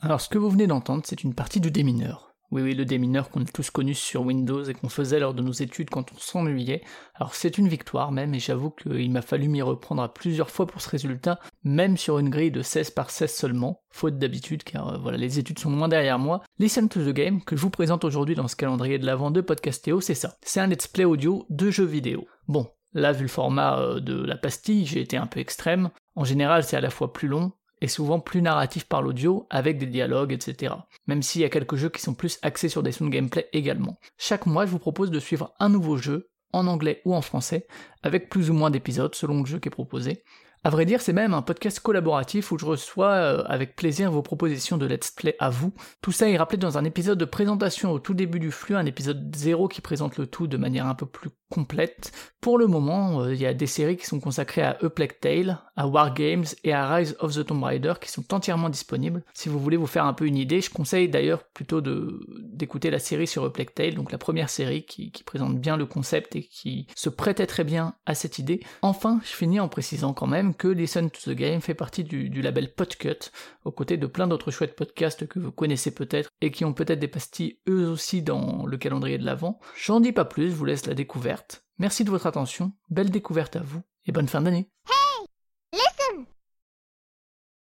Alors ce que vous venez d'entendre, c'est une partie du démineur. Oui, le démineur qu'on a tous connu sur Windows et qu'on faisait lors de nos études quand on s'ennuyait. Alors c'est une victoire même, et j'avoue qu'il m'a fallu m'y reprendre à plusieurs fois pour ce résultat, même sur une grille de 16 par 16 seulement, faute d'habitude, car voilà, les études sont loin derrière moi. Listen to the Game, que je vous présente aujourd'hui dans ce calendrier de l'avant de Podcastéo, c'est ça. C'est un let's play audio de jeux vidéo. Bon, là vu le format de la pastille, j'ai été un peu extrême. En général, c'est à la fois plus long, et souvent plus narratif par l'audio, avec des dialogues, etc. Même s'il y a quelques jeux qui sont plus axés sur des sound gameplay également. Chaque mois, je vous propose de suivre un nouveau jeu, en anglais ou en français, avec plus ou moins d'épisodes selon le jeu qui est proposé. À vrai dire, c'est même un podcast collaboratif où je reçois avec plaisir vos propositions de let's play à vous. Tout ça est rappelé dans un épisode de présentation au tout début du flux, un épisode 0 qui présente le tout de manière un peu plus complète. Pour le moment, il y a des séries qui sont consacrées à A Plague Tale, à Wargames et à Rise of the Tomb Raider qui sont entièrement disponibles. Si vous voulez vous faire un peu une idée, je conseille d'ailleurs plutôt d'écouter la série sur A Plague Tale, donc la première série qui présente bien le concept et qui se prêtait très bien à cette idée. Enfin, je finis en précisant quand même que Listen to the Game fait partie du label Podcut, aux côtés de plein d'autres chouettes podcasts que vous connaissez peut-être, et qui ont peut-être des pastilles eux aussi dans le calendrier de l'Avent. J'en dis pas plus, je vous laisse la découverte. Merci de votre attention, belle découverte à vous, et bonne fin d'année.